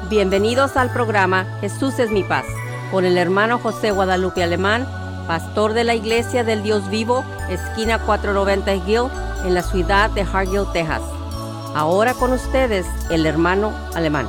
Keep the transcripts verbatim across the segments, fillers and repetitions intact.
Bienvenidos al programa Jesús es mi paz, con el hermano José Guadalupe Alemán, pastor de la Iglesia del Dios Vivo, esquina cuatrocientos noventa Hill, en la ciudad de Hargill, Texas. Ahora con ustedes, el hermano Alemán.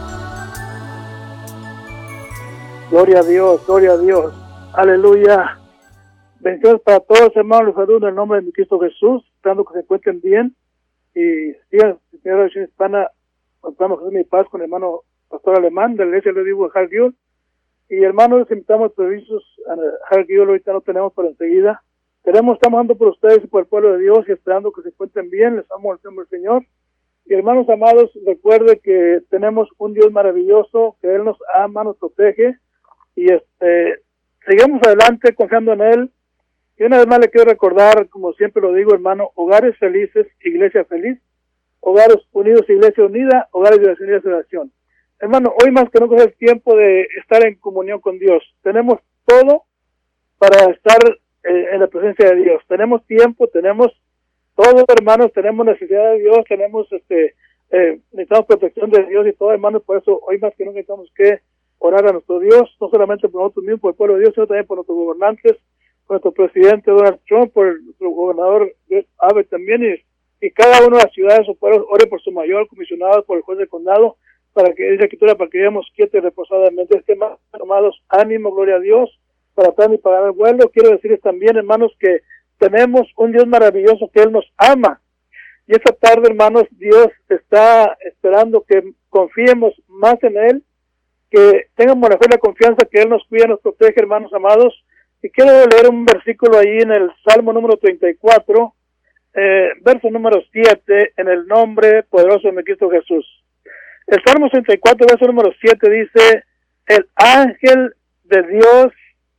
Gloria a Dios, gloria a Dios, aleluya. Bendiciones para todos, hermanos, los saludo en el nombre de mi Cristo Jesús, esperando que se encuentren bien. Y sigan, señora versión hispana, programa Jesús es mi paz con el hermano pastor Alemán de la Iglesia del Dios Vivo de Hargill. Y hermanos, les invitamos a servicios a Hargill, ahorita no tenemos, pero enseguida. Tenemos, estamos dando por ustedes y por el pueblo de Dios y esperando que se encuentren bien, les amo al nombre del Señor. Y hermanos amados, recuerde que tenemos un Dios maravilloso, que Él nos ama, nos protege, y este, sigamos adelante confiando en Él. Y una vez más le quiero recordar, como siempre lo digo, hermano, hogares felices, iglesia feliz, hogares unidos, iglesia unida, hogares de oración y oración. Hermano, hoy más que nunca es el tiempo de estar en comunión con Dios. Tenemos todo para estar eh, en la presencia de Dios. Tenemos tiempo, tenemos todo, hermanos, tenemos necesidad de Dios, tenemos, este, eh, necesitamos protección de Dios y todo, hermanos, por eso hoy más que nunca necesitamos que orar a nuestro Dios, no solamente por nosotros mismos, por el pueblo de Dios, sino también por nuestros gobernantes, por nuestro presidente Donald Trump, por nuestro gobernador Abbott también, y, y cada una de las ciudades o pueblos ore por su mayor comisionado, por el juez del condado, para que esa escritura, para que vivamos quietos y reposadamente. Este más, amados, ánimo, gloria a Dios, para plan y pagar el vuelo. Quiero decirles también, hermanos, que tenemos un Dios maravilloso, que Él nos ama. Y esta tarde, hermanos, Dios está esperando que confiemos más en Él, que tengamos la fe y la confianza que Él nos cuida, nos protege, hermanos amados. Y quiero leer un versículo ahí en el Salmo número treinta y cuatro, eh, verso número siete, en el nombre poderoso de mi Cristo Jesús. El Salmo treinta y cuatro, verso número siete, dice: el ángel de Dios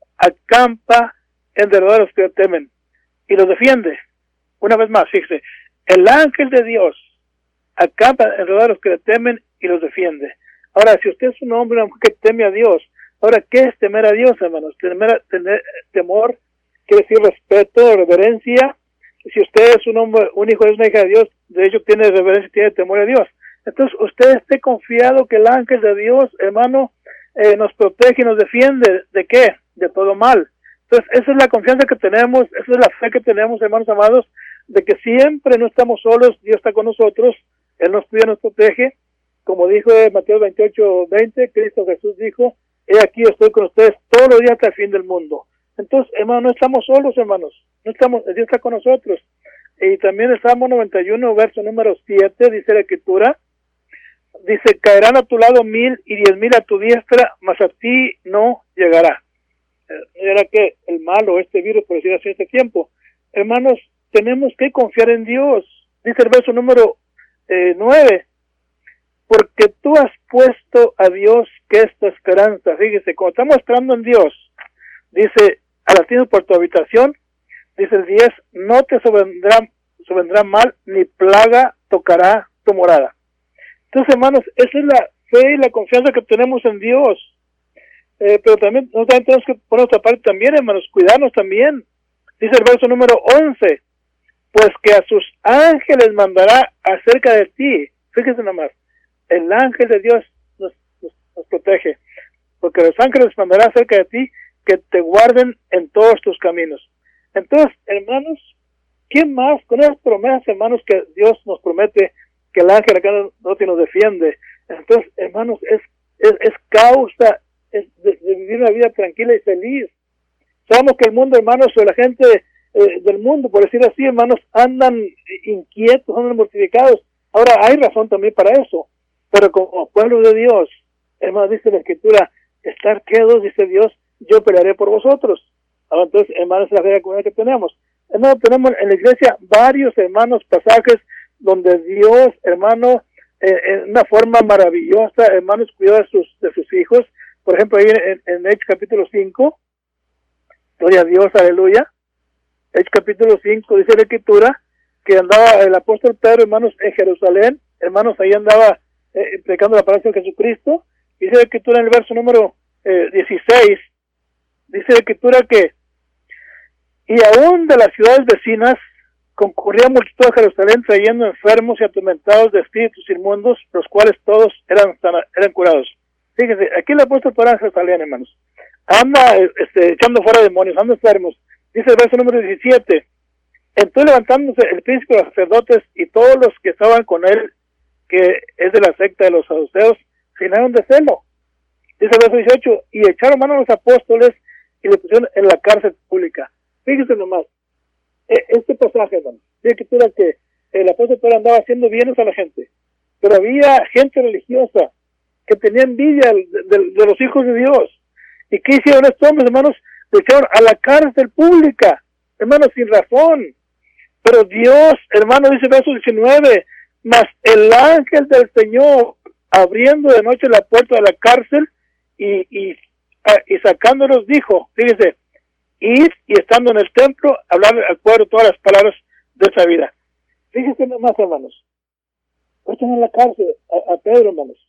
acampa en derredor de los que le temen y los defiende. Una vez más, fíjese, el ángel de Dios acampa en derredor de los que le temen y los defiende. Ahora, si usted es un hombre que teme a Dios, ahora, ¿qué es temer a Dios, hermanos? Temer, tener, temor quiere decir respeto, reverencia. Si usted es un hombre, un hijo, es una hija de Dios, de hecho tiene reverencia, tiene temor a Dios. Entonces, usted esté confiado que el ángel de Dios, hermano, eh, nos protege y nos defiende. ¿De qué? De todo mal. Entonces, esa es la confianza que tenemos, esa es la fe que tenemos, hermanos amados, de que siempre no estamos solos, Dios está con nosotros, Él nos cuida, nos protege. Como dijo Mateo veintiocho veinte, Cristo Jesús dijo: he aquí, estoy con ustedes todos los días hasta el fin del mundo. Entonces, hermano, no estamos solos, hermanos, no estamos, Dios está con nosotros. Y también el Salmo noventa y uno, verso número siete, dice la Escritura, dice: caerán a tu lado mil y diez mil a tu diestra, mas a ti no llegará. Era que el mal o este virus, por decir así, este tiempo. Hermanos, tenemos que confiar en Dios. Dice el verso número eh, nueve, porque tú has puesto a Dios que es tu esperanza. Fíjese, cuando estamos esperando en Dios, dice: a las tienes por tu habitación, dice el diez, no te sobrevendrá, sobrevendrá mal, ni plaga tocará tu morada. Entonces, hermanos, esa es la fe y la confianza que tenemos en Dios. Eh, pero también, nosotros también tenemos que poner nuestra parte también, hermanos, cuidarnos también. Dice el verso número once, pues que a sus ángeles mandará acerca de ti. Fíjense nomás, el ángel de Dios nos, nos, nos protege, porque los ángeles mandará acerca de ti que te guarden en todos tus caminos. Entonces, hermanos, ¿quién más? Con esas promesas, hermanos, que Dios nos promete, que el ángel acá no nos defiende. Entonces, hermanos, es, es, es causa es de, de vivir una vida tranquila y feliz. Sabemos que el mundo, hermanos, o la gente eh, del mundo, por decir así, hermanos, andan inquietos, andan mortificados. Ahora, hay razón también para eso, pero como pueblo de Dios, hermanos, dice la Escritura: estar quedos, dice Dios, yo pelearé por vosotros. Ahora, entonces, hermanos, es la fe comunidad que tenemos. Hermanos, tenemos en la iglesia varios, hermanos, pasajes donde Dios, hermano, eh, en una forma maravillosa, hermanos, cuidó de sus, de sus hijos. Por ejemplo, ahí en, en Hechos capítulo cinco, gloria a Dios, aleluya. Hechos capítulo cinco, dice la Escritura, que andaba el apóstol Pedro, hermanos, en Jerusalén, hermanos, ahí andaba eh, predicando la palabra de Jesucristo. Dice la Escritura en el verso número eh, dieciséis, dice la Escritura que, y aún de las ciudades vecinas, concurría multitud a Jerusalén trayendo enfermos y atormentados de espíritus inmundos, los cuales todos eran, eran curados. Fíjense, aquí el apóstol Pedro en Jerusalén, hermanos, anda este, echando fuera demonios, anda enfermos. Dice el verso número diecisiete, entonces levantándose el príncipe de los sacerdotes y todos los que estaban con él, que es de la secta de los saduceos, se llenaron de celo. Dice el verso dieciocho, y echaron mano a los apóstoles y le pusieron en la cárcel pública. Fíjense nomás, este pasaje, hermano, dice que era que el apóstol Pedro andaba haciendo bienes a la gente, pero había gente religiosa que tenía envidia de, de, de los hijos de Dios. ¿Y qué hicieron estos hombres, hermanos? Le echaron a la cárcel pública, hermanos, sin razón. Pero Dios, hermano, dice verso diecinueve, mas el ángel del Señor, abriendo de noche la puerta de la cárcel y, y, y sacándolos, dijo, fíjense, id y estando en el templo, hablar al pueblo todas las palabras de esa vida. Fíjense nomás, hermanos, están en la cárcel a, a Pedro, hermanos,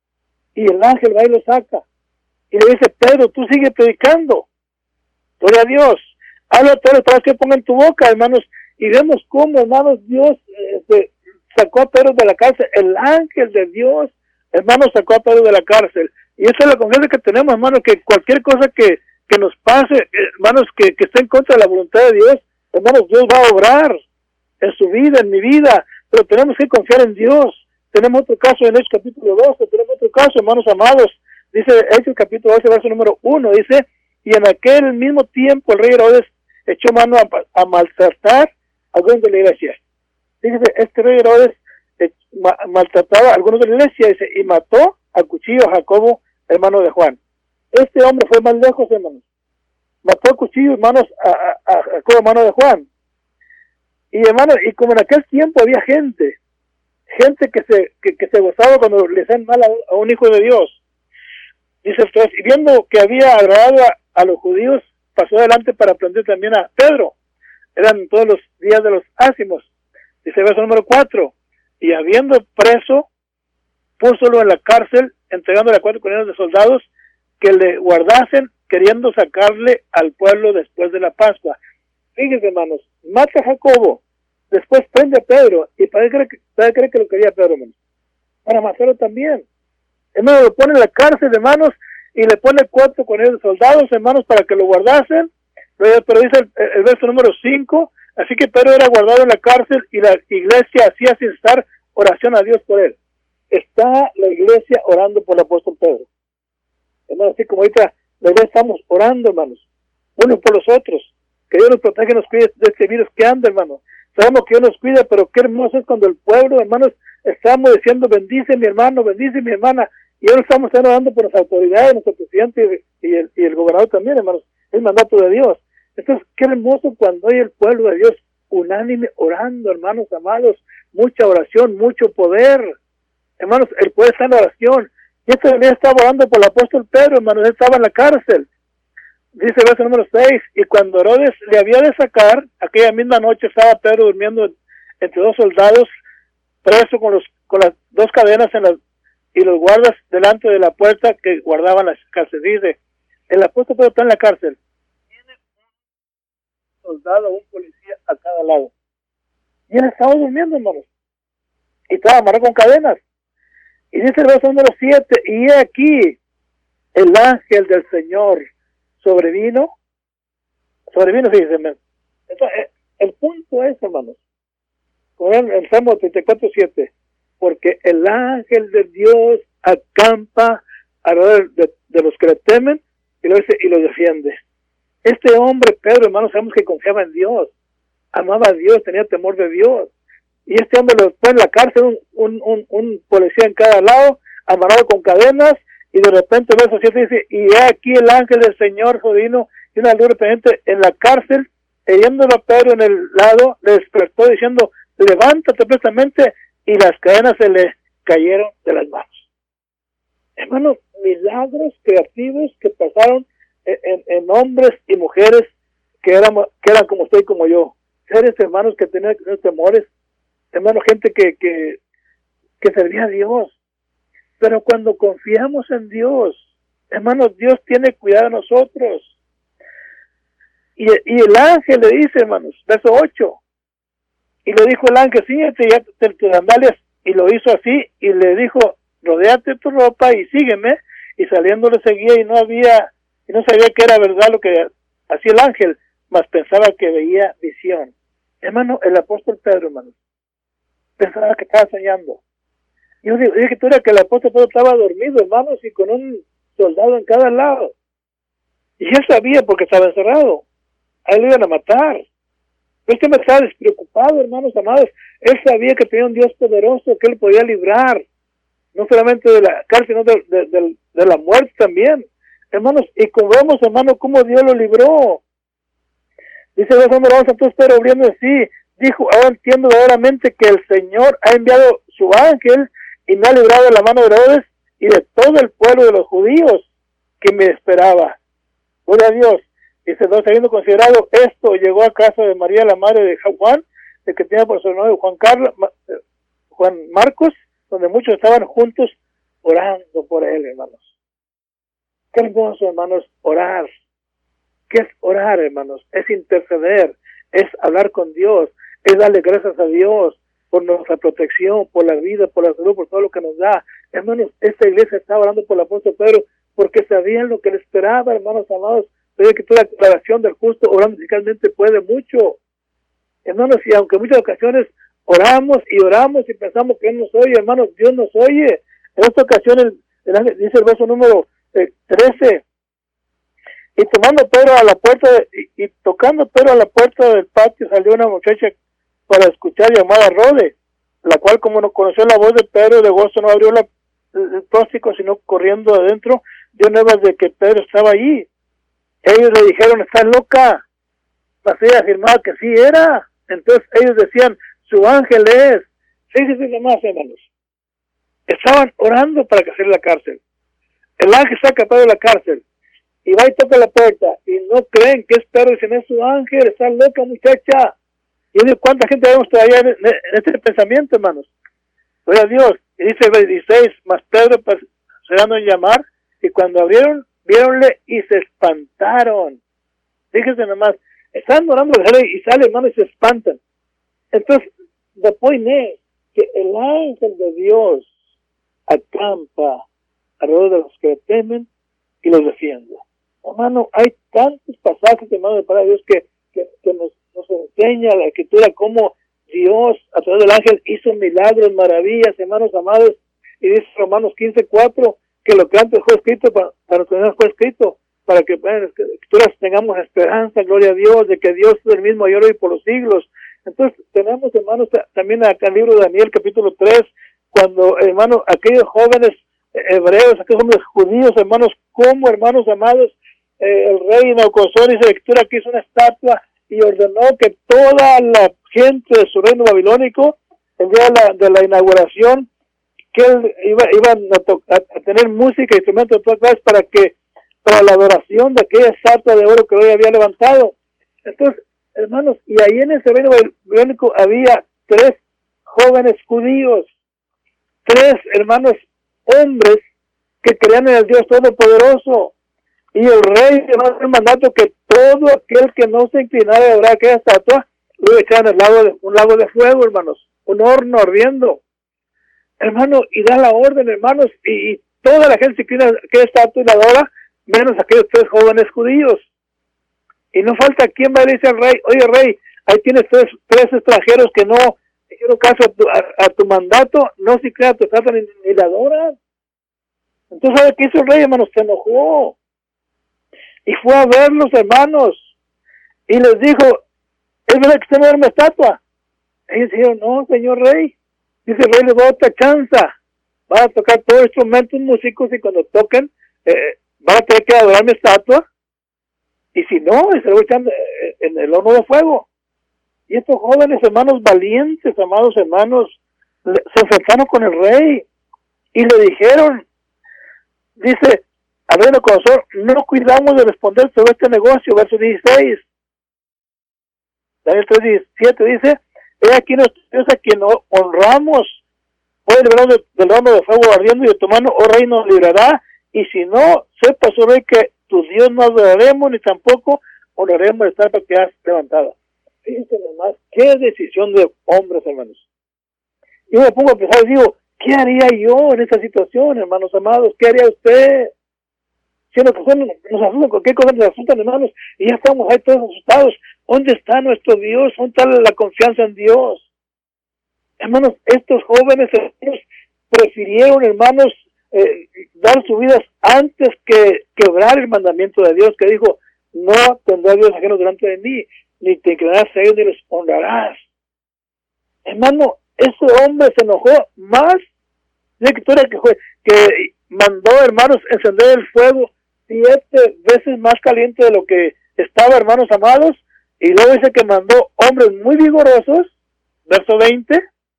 y el ángel va y lo saca, y le dice, Pedro, tú sigue predicando, gloria a Dios, habla todas las palabras que ponga en tu boca, hermanos, y vemos cómo, hermanos, Dios este, sacó a Pedro de la cárcel, el ángel de Dios, hermanos, sacó a Pedro de la cárcel, y esa es la confianza que tenemos, hermanos, que cualquier cosa que, que nos pase, hermanos, que, que esté en contra de la voluntad de Dios, hermanos, Dios va a obrar en su vida, en mi vida, pero tenemos que confiar en Dios. Tenemos otro caso en Hechos capítulo doce, tenemos otro caso, hermanos amados, dice Hechos capítulo doce, verso número uno, dice, y en aquel mismo tiempo el rey Herodes echó mano a, a maltratar a algunos de la iglesia. Fíjese, este rey Herodes eh, ma, maltrataba a algunos de la iglesia, dice, y mató a cuchillo a Jacobo, hermano de Juan. Este hombre fue más lejos, hermanos. Mató a cuchillo, hermanos, a, a, a Jacobo, hermano de Juan. Y hermanos, y como en aquel tiempo había gente, gente que se que, que se gozaba cuando le hacían mal a, a un hijo de Dios. Dice usted, y viendo que había agradado a, a los judíos, pasó adelante para prender también a Pedro. Eran todos los días de los ácimos. Dice verso número cuatro, y habiendo preso, púsolo en la cárcel, entregándole a cuatro cuernos de soldados que le guardasen, queriendo sacarle al pueblo después de la Pascua. Fíjense, hermanos, mata a Jacobo, después prende a Pedro, y para él cree que, para él cree que lo quería Pedro, hermanos, para matarlo también. Hermanos, lo pone en la cárcel, hermanos, y le pone cuatro cuernos de soldados, hermanos, para que lo guardasen. Pero, pero dice el, el verso número cinco, así que Pedro era guardado en la cárcel y la iglesia hacía sin cesar oración a Dios por él. Está la iglesia orando por el apóstol Pedro. Hermanos, así como ahorita la iglesia estamos orando, hermanos, unos por los otros, que Dios nos proteja y nos cuide de este virus que anda, hermanos. Sabemos que Dios nos cuida, pero qué hermoso es cuando el pueblo, hermanos, estamos diciendo, bendice mi hermano, bendice mi hermana, y ahora estamos orando por las autoridades, nuestro presidente y, y, el, y el gobernador también, hermanos, es mandato de Dios. Entonces, qué hermoso cuando hay el pueblo de Dios unánime orando, hermanos amados, mucha oración, mucho poder. Hermanos, el poder está en la oración. Y este también estaba orando por el apóstol Pedro, hermanos, él estaba en la cárcel. Dice el verso número seis, y cuando Herodes le había de sacar, aquella misma noche estaba Pedro durmiendo entre dos soldados, preso con los con las dos cadenas en las, y los guardas delante de la puerta que guardaban las cárceles. Dice, el apóstol Pedro está en la cárcel. Tiene un soldado, un policía a cada lado. Y él estaba durmiendo, hermanos. Y estaba amarrado con cadenas. Y dice el verso número siete, y he aquí, el ángel del Señor sobrevino, sobrevino, fíjense, entonces, el punto es, hermanos, como en el Salmo treinta y cuatro, siete, porque el ángel de Dios acampa alrededor de, de los que le temen, y lo dice, y lo defiende. Este hombre, Pedro, hermanos, sabemos que confiaba en Dios, amaba a Dios, tenía temor de Dios, y este hombre lo pone en la cárcel, un, un, un, un policía en cada lado, amarrado con cadenas, y de repente el verso siete dice, y he aquí el ángel del Señor jodino y una luz repente en la cárcel, hiriéndolo a Pedro en el lado, le despertó diciendo, levántate prestamente, y las cadenas se le cayeron de las manos. Hermanos, milagros creativos que pasaron en, en, en hombres y mujeres que eran, que eran como usted y como yo, seres hermanos que tenían temores, hermanos, gente que, que, que servía a Dios. Pero cuando confiamos en Dios, hermanos, Dios tiene cuidado de nosotros. Y, y el ángel le dice, hermanos, verso ocho, y le dijo el ángel, síguete ya tus sandalias, y lo hizo así, y le dijo, rodéate tu ropa y sígueme, y saliendo le seguía y no había, y no sabía que era verdad lo que hacía el ángel, mas pensaba que veía visión. Hermano, el apóstol Pedro, hermano, pensaba que estaba soñando. Yo digo, dije que tú era que el apóstol Pedro estaba dormido, hermanos, y con un soldado en cada lado. Y él sabía porque estaba encerrado. A él lo iban a matar. Pero este me estaba despreocupado, hermanos amados. Él sabía que tenía un Dios poderoso que él podía librar. No solamente de la cárcel, sino de, de, de, de la muerte también. Hermanos, y como vemos, hermano, cómo Dios lo libró. Dice el número once, entonces Pedro abriendo así, dijo, ahora entiendo verdaderamente que el Señor ha enviado su ángel y me ha librado de la mano de Herodes y de todo el pueblo de los judíos que me esperaba. Gloria a Dios. Dice, dos, habiendo considerado esto, llegó a casa de María, la madre de Juan, el que tenía por su nombre Juan Carlos, Juan Marcos, donde muchos estaban juntos orando por él, hermanos. Qué hermoso, hermanos, orar. ¿Qué es orar, hermanos? Es interceder, es hablar con Dios, es darle gracias a Dios por nuestra protección, por la vida, por la salud, por todo lo que nos da. Hermanos, esta iglesia estaba orando por el apóstol Pedro porque sabían lo que le esperaba, hermanos amados. Pero que toda la declaración del justo orando musicalmente puede mucho. Hermanos, y aunque en muchas ocasiones oramos y oramos y pensamos que Él nos oye, hermanos, Dios nos oye. En esta ocasión, el, el, dice el verso número eh, trece, y tomando Pedro a la puerta, de, y, y tocando Pedro a la puerta del patio, salió una muchacha para escuchar llamada Rode, la cual, como no conoció la voz de Pedro, de gozo no abrió la, el, el próstico, sino corriendo adentro, dio nuevas de que Pedro estaba allí. Ellos le dijeron, estás loca. Mas ella afirmaba que sí era. Entonces ellos decían, su ángel es. Fíjense nomás, hermanos. Estaban orando para que saliera de la cárcel. El ángel saca a Pedro de la cárcel. Y va y toca la puerta. Y no creen que es Pedro. Dicen, es su ángel. Está loca, muchacha. Y yo digo, ¿cuánta gente vemos todavía en, en este pensamiento, hermanos? Gloria a Dios. Y dice el dieciséis, mas Pedro se dando en llamar. Y cuando abrieron, viéronle y se espantaron. Fíjense nomás, están orando al rey y sale, hermano, y se espantan. Entonces, the point is que el ángel de Dios acampa alrededor de los que le temen y los defiende. Hermano, hay tantos pasajes, hermano, de palabra de Dios que, que, que nos, nos enseña la escritura cómo Dios, a través del ángel, hizo milagros, maravillas, hermanos amados. Y dice Romanos quince cuatro, que lo que antes fue escrito para, para nosotros fue escrito para que en las escrituras tengamos esperanza, gloria a Dios, de que Dios es el mismo ayer y por los siglos. Entonces tenemos, hermanos, también acá en el libro de Daniel capítulo tres, cuando, hermanos, aquellos jóvenes hebreos, aquellos hombres judíos, hermanos, como hermanos amados, eh, el rey Nabucodonosor dice la escritura que hizo una estatua y ordenó que toda la gente de su reino babilónico, el día de la, de la inauguración, que él iba, iban a, to, a, a tener música, instrumentos de todas clases para que, para la adoración de aquella estatua de oro que hoy había levantado. Entonces, hermanos, y ahí en ese reino babilónico había tres jóvenes judíos, tres hermanos hombres que creían en el Dios Todopoderoso, y el rey dio el mandato que todo aquel que no se inclinara a adorar aquella estatua, lo echaban en el lago de, un lago de fuego, hermanos, un horno ardiendo. Hermano, y da la orden, hermanos, y, y toda la gente se inclina a aquella estatua y la adora, menos aquellos tres jóvenes judíos. Y no falta quien va a decir al rey, oye rey, ahí tienes tres, tres extranjeros que no hicieron caso a tu, a, a tu mandato, no se inclinan a tu estatua ni, ni la adoran. Entonces, ¿sabe qué hizo el rey, hermanos? Se enojó. Y fue a verlos, hermanos, y les dijo, ¿es verdad que usted me da una estatua? Ellos dijeron, no, señor rey. Dice el rey, les va a otra chance. Van a tocar todos los instrumentos músicos y cuando toquen, eh, van a tener que adorar mi estatua. Y si no, se lo voy echando en el horno de fuego. Y estos jóvenes hermanos valientes, amados hermanos, se enfrentaron con el rey y le dijeron, dice, a ver, Nabucodonosor, no cuidamos de responder sobre este negocio, verso dieciséis. Daniel tres diecisiete dice, he aquí nuestro Dios a quien honramos, hoy librarnos del horno de fuego ardiendo y de tu mano, oh rey, nos librará, y si no, sepa su rey que tu Dios no adoraremos, ni tampoco honraremos el estatua que has levantado. Fíjense nomás, qué decisión de hombres, hermanos. Yo me pongo a pensar y digo, ¿qué haría yo en esta situación, hermanos amados? ¿Qué haría usted? sino que son, nos asustan, cualquier cosa nos asustan, hermanos, y ya estamos ahí todos asustados. ¿Dónde está nuestro Dios? ¿Dónde está la confianza en Dios? Hermanos, estos jóvenes hermanos, prefirieron, hermanos, eh, dar sus vidas antes que quebrar el mandamiento de Dios, que dijo, no tendrás Dios ajeno delante de mí, ni te inclinarás a ellos, ni los honrarás. Hermano, ese hombre se enojó más de que, que, fue, que mandó, hermanos, encender el fuego siete veces más caliente de lo que estaba, hermanos amados, y luego dice que mandó hombres muy vigorosos, verso veinte,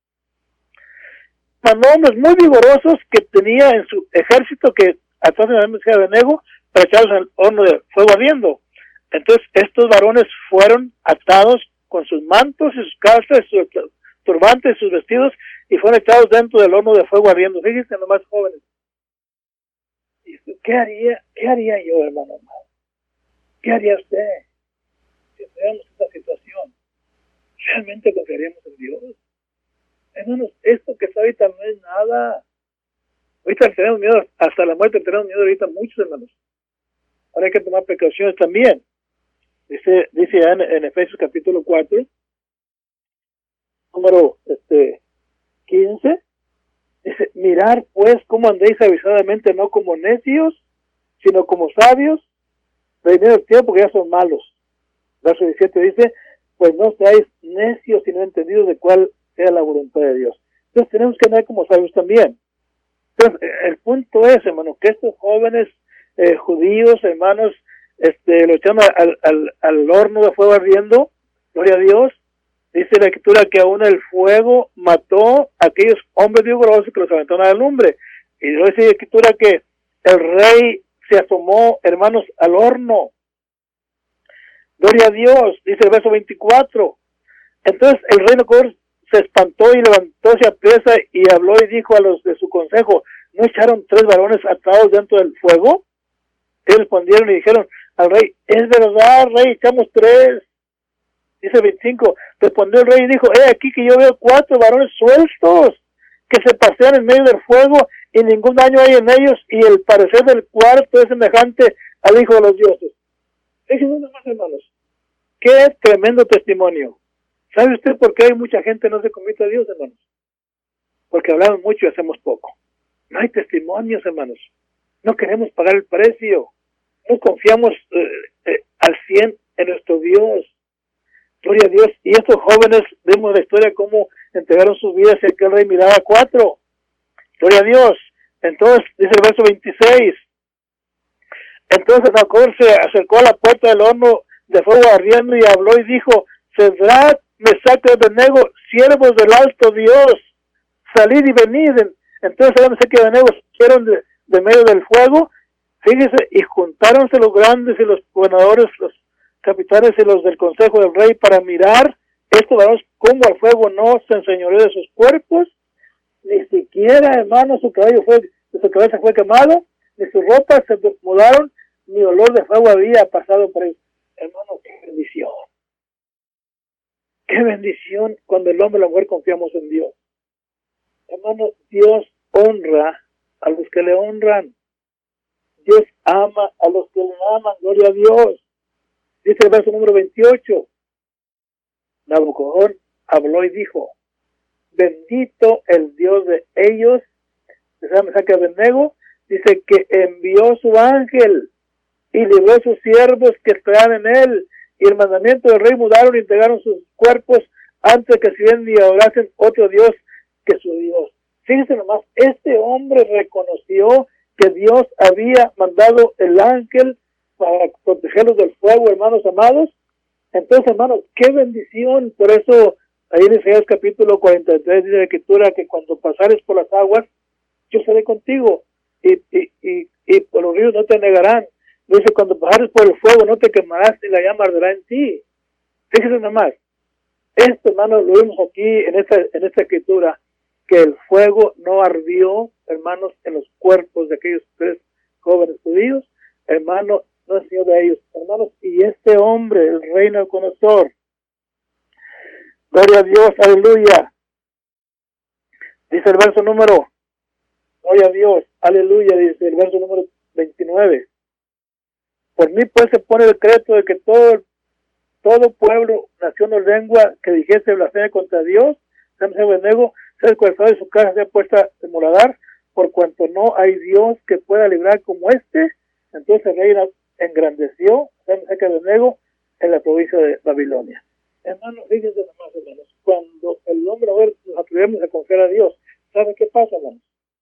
mandó hombres muy vigorosos que tenía en su ejército, que atrás de la Mesía de Abednego, para echarlos en el horno de fuego ardiendo. Entonces estos varones fueron atados con sus mantos y sus calzas, sus turbantes y sus vestidos, y fueron echados dentro del horno de fuego ardiendo. Fíjense los más jóvenes. ¿Qué haría, qué haría yo, hermano? ¿Qué haría usted si estuviéramos en esta situación? ¿Realmente confiaríamos en Dios? Hermanos, esto que está ahorita no es nada. Ahorita tenemos miedo, hasta la muerte tenemos miedo ahorita muchos, hermanos. Ahora hay que tomar precauciones también. Dice, dice en, en Efesios capítulo cuatro, número este, quince, dice, mirar pues cómo andéis avisadamente, no como necios, sino como sabios, redimiendo el tiempo, porque ya son malos. Verso diecisiete dice, pues no seáis necios, sino entendidos de cuál sea la voluntad de Dios. Entonces tenemos que andar como sabios también. Entonces, el punto es, hermano, que estos jóvenes eh, judíos, hermanos, este, lo echaron al, al, al horno de fuego ardiendo, gloria a Dios. Dice la escritura que aún el fuego mató a aquellos hombres vigorosos que los aventaron a la lumbre. Y luego dice la escritura que el rey se asomó, hermanos, al horno. Gloria a Dios, dice el verso veinticuatro. Entonces el rey Nacor se espantó y levantóse a presa y habló y dijo a los de su consejo, ¿no echaron tres varones atados dentro del fuego? Ellos respondieron y dijeron al rey, es verdad, rey, echamos tres. Dice veinticinco, respondió el rey y dijo, he aquí que yo veo cuatro varones sueltos que se pasean en medio del fuego y ningún daño hay en ellos, y el parecer del cuarto es semejante al hijo de los dioses. Fíjense nada más, hermanos, qué tremendo testimonio. ¿Sabe usted por qué hay mucha gente que no se convierte a Dios, hermanos? Porque hablamos mucho y hacemos poco. No hay testimonios, hermanos. No queremos pagar el precio. No confiamos eh, eh, al cien en nuestro Dios. Gloria a Dios. Y estos jóvenes, vemos la historia cómo entregaron sus vidas y aquel rey miraba a cuatro. Gloria a Dios. Entonces, dice el verso veintiséis. Entonces Nacor se acercó a la puerta del horno de fuego ardiendo y habló y dijo, Cedrat, Mesac y Abednego, siervos del alto Dios, salid y venid. Entonces eran Mesac y Abednego salieron de, de medio del fuego, fíjese, y juntáronse los grandes y los gobernadores, los capitanes y los del consejo del rey para mirar estos varones como al fuego no se enseñoreó de sus cuerpos, ni siquiera, hermano, su cabello fue, su cabeza fue quemado, ni sus ropas se mudaron, ni olor de fuego había pasado por ellos. Hermano, qué bendición. Qué bendición cuando el hombre y la mujer confiamos en Dios. Hermano, Dios honra a los que le honran. Dios ama a los que le aman. Gloria a Dios. Dice el verso número veintiocho. Nabucodonosor habló y dijo, bendito el Dios de ellos, de Mesac y Abednego, dice que envió su ángel y libró a sus siervos que estaban en él, y el mandamiento del rey mudaron y entregaron sus cuerpos antes que se vienen y adorasen otro Dios que su Dios. Fíjense nomás, este hombre reconoció que Dios había mandado el ángel para protegerlos del fuego, hermanos amados. Entonces, hermanos, qué bendición. Por eso, ahí en Isaías capítulo cuarenta y tres dice la escritura que cuando pasares por las aguas, yo seré contigo, y, y, y, y por los ríos no te negarán. Dice, cuando pasares por el fuego no te quemarás y la llama arderá en ti. Fíjese nomás, esto, hermano, lo vemos aquí en esta, en esta escritura, que el fuego no ardió, hermanos, en los cuerpos de aquellos tres jóvenes judíos, hermano, no es Señor de ellos, hermanos, y este hombre, el rey Nabucodonosor, gloria a Dios, aleluya, dice el verso número, gloria a Dios, aleluya, dice el verso número veintinueve, Por mí pues se pone decreto de que todo, todo pueblo, nación o lengua que dijese blasfemia contra Dios, sea Abednego, sea descuartizado de su casa, sea puesta de moradar, por cuanto no hay Dios que pueda librar como este. Entonces el rey engrandeció a Abednego en la provincia de Babilonia. Hermanos, fíjense nomás, hermanos, cuando el hombre a ver, nos atrevemos a confiar a Dios, ¿sabe qué pasa, hermanos?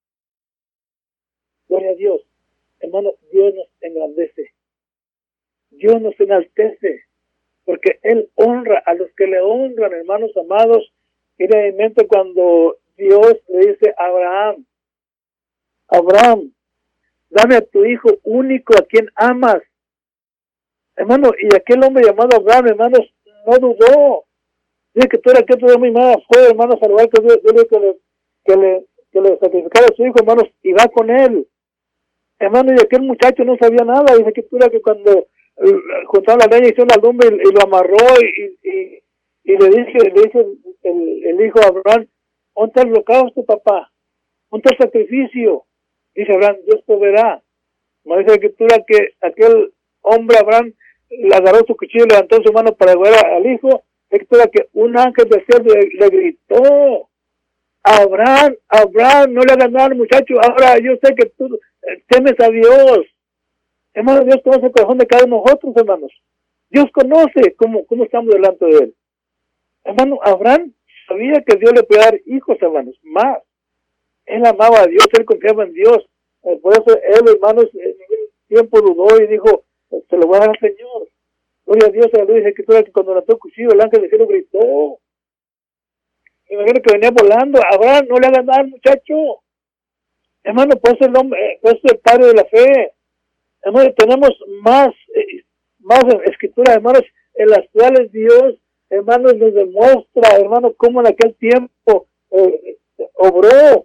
Gloria a Dios. Hermanos, Dios nos engrandece. Dios nos enaltece, porque Él honra a los que le honran, hermanos amados. Miren en mente cuando Dios le dice a Abraham, Abraham, dame a tu hijo único a quien amas. Hermano, y aquel hombre llamado Abraham, hermanos, no dudó. Dice que tú eras que tú eras muy mala, fue, hermanos, al lugar que Dios le que le, que le, que le sacrificara a su hijo, hermanos, y va con él. Hermano, y aquel muchacho no sabía nada. Dice que tú eras que cuando juntaron la leña, hicieron la lumbre y, y lo amarró y, y, y le dice, le dice el, el hijo a Abraham, ¿dónde está el holocausto, papá? ¿Dónde está el sacrificio? Dice Abraham, Dios te verá. No dice la escritura que aquel hombre, Abraham, le agarró su cuchillo y levantó su mano para ver al hijo. La escritura que un ángel del cielo le, le gritó, Abraham, Abraham, no le hagas nada al muchacho. Ahora yo sé que tú temes a Dios. Hermano, Dios conoce el corazón de cada uno de nosotros, hermanos. Dios conoce cómo, cómo estamos delante de Él. Hermano, Abraham sabía que Dios le podía dar hijos, hermanos, más. Él amaba a Dios, él confiaba en Dios. Por eso él, hermanos, en ningún tiempo dudó y dijo, se lo voy a dar al Señor. Gloria a Dios, a la luz de escritura que cuando lanzó el cuchillo, el ángel del cielo gritó. Me imagino que venía volando. Abraham, no le hagas nada al muchacho. Hermano, pues el hombre, pues el padre de la fe. Hermano, tenemos más, eh, más escritura, hermanos, en las cuales Dios, hermanos, nos demuestra, hermanos, cómo en aquel tiempo eh, obró.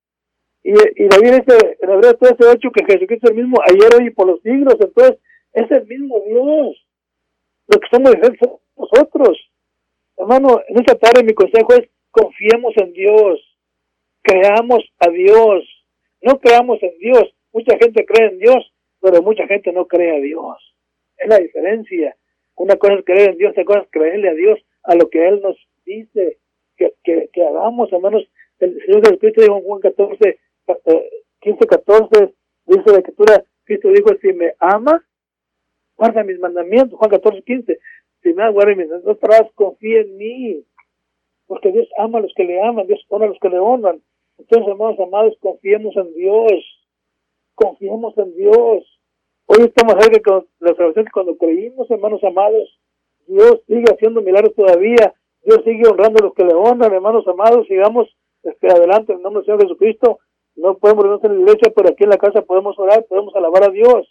Y, y la Biblia dice en Hebreos trece ocho que Jesucristo es el mismo ayer, hoy y por los siglos. Entonces, es el mismo Dios. Lo que somos somos nosotros. Hermano, en esta tarde mi consejo es confiemos en Dios. Creamos a Dios. No creamos en Dios. Mucha gente cree en Dios, pero mucha gente no cree a Dios. Es la diferencia. Una cosa es creer en Dios, otra cosa es creerle a Dios, a lo que Él nos dice que, que, que hagamos, hermanos. El Señor Jesucristo dijo en Juan catorce, quince, catorce, dice la escritura, Cristo dijo, si me amas, guarda mis mandamientos. Juan catorce, quince, si me amas, guarda mis mandamientos, pero confía en mí, porque Dios ama a los que le aman, Dios honra a los que le honran. Entonces, hermanos amados, confiemos en Dios, confiemos en Dios. Hoy estamos cerca con la salvación que cuando creímos, hermanos amados, Dios sigue haciendo milagros todavía, Dios sigue honrando a los que le honran, hermanos amados, sigamos este, adelante en el nombre del Señor Jesucristo. No podemos reunirnos en la iglesia, pero aquí en la casa podemos orar, podemos alabar a Dios.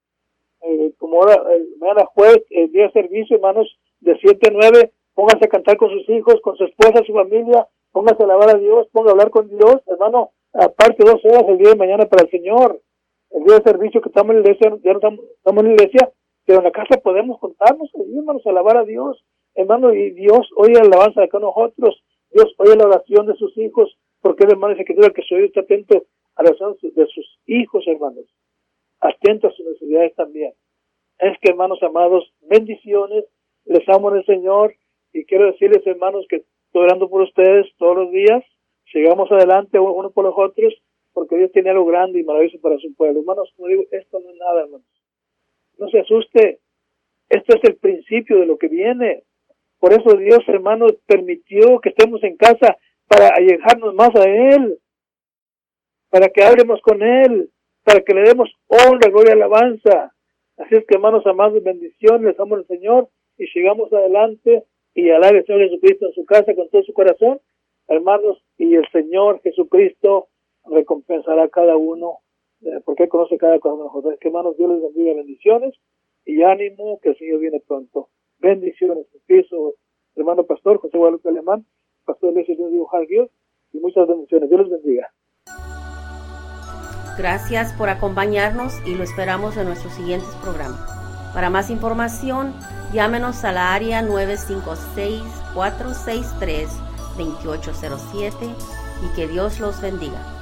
Eh, como ahora, el mañana jueves, el día de servicio, hermanos, de siete a nueve, pónganse a cantar con sus hijos, con su esposa, su familia, pónganse a alabar a Dios, pónganse a hablar con Dios, hermano, aparte dos horas el día de mañana para el Señor. El día de servicio que estamos en la iglesia, ya no estamos, estamos en la iglesia, pero en la casa podemos contarnos, hermanos, a alabar a Dios, hermano, y Dios oye la alabanza de cada nosotros, Dios oye la oración de sus hijos, porque el hermano dice que que su oído está atento a la oración de sus hijos, hermanos, atento a sus necesidades también. Es que, hermanos amados, bendiciones, les amo en el Señor, y quiero decirles, hermanos, que estoy orando por ustedes todos los días, sigamos adelante uno por los otros, porque Dios tiene algo grande y maravilloso para su pueblo. Hermanos, como digo, esto no es nada, hermanos. No se asuste, esto es el principio de lo que viene. Por eso Dios, hermanos, permitió que estemos en casa para allegarnos más a Él, para que hablemos con Él, para que le demos honra, gloria y alabanza. Así es que, hermanos amados, bendiciones, les amo al Señor, y sigamos adelante, y alabe al Señor Jesucristo en su casa con todo su corazón, hermanos, y el Señor Jesucristo recompensará a cada uno, eh, porque Él conoce cada cosa de nosotros. Es que, hermanos, Dios les bendiga, bendiciones, y ánimo, que el Señor viene pronto. Bendiciones, piso, hermano pastor José Guadalupe Alemán, pastor de la iglesia de Dios Hargill, y muchas bendiciones. Dios les bendiga. Gracias por acompañarnos y lo esperamos en nuestros siguientes programas. Para más información, llámenos a la área nueve cinco seis, cuatro seis tres, dos ocho cero siete y que Dios los bendiga.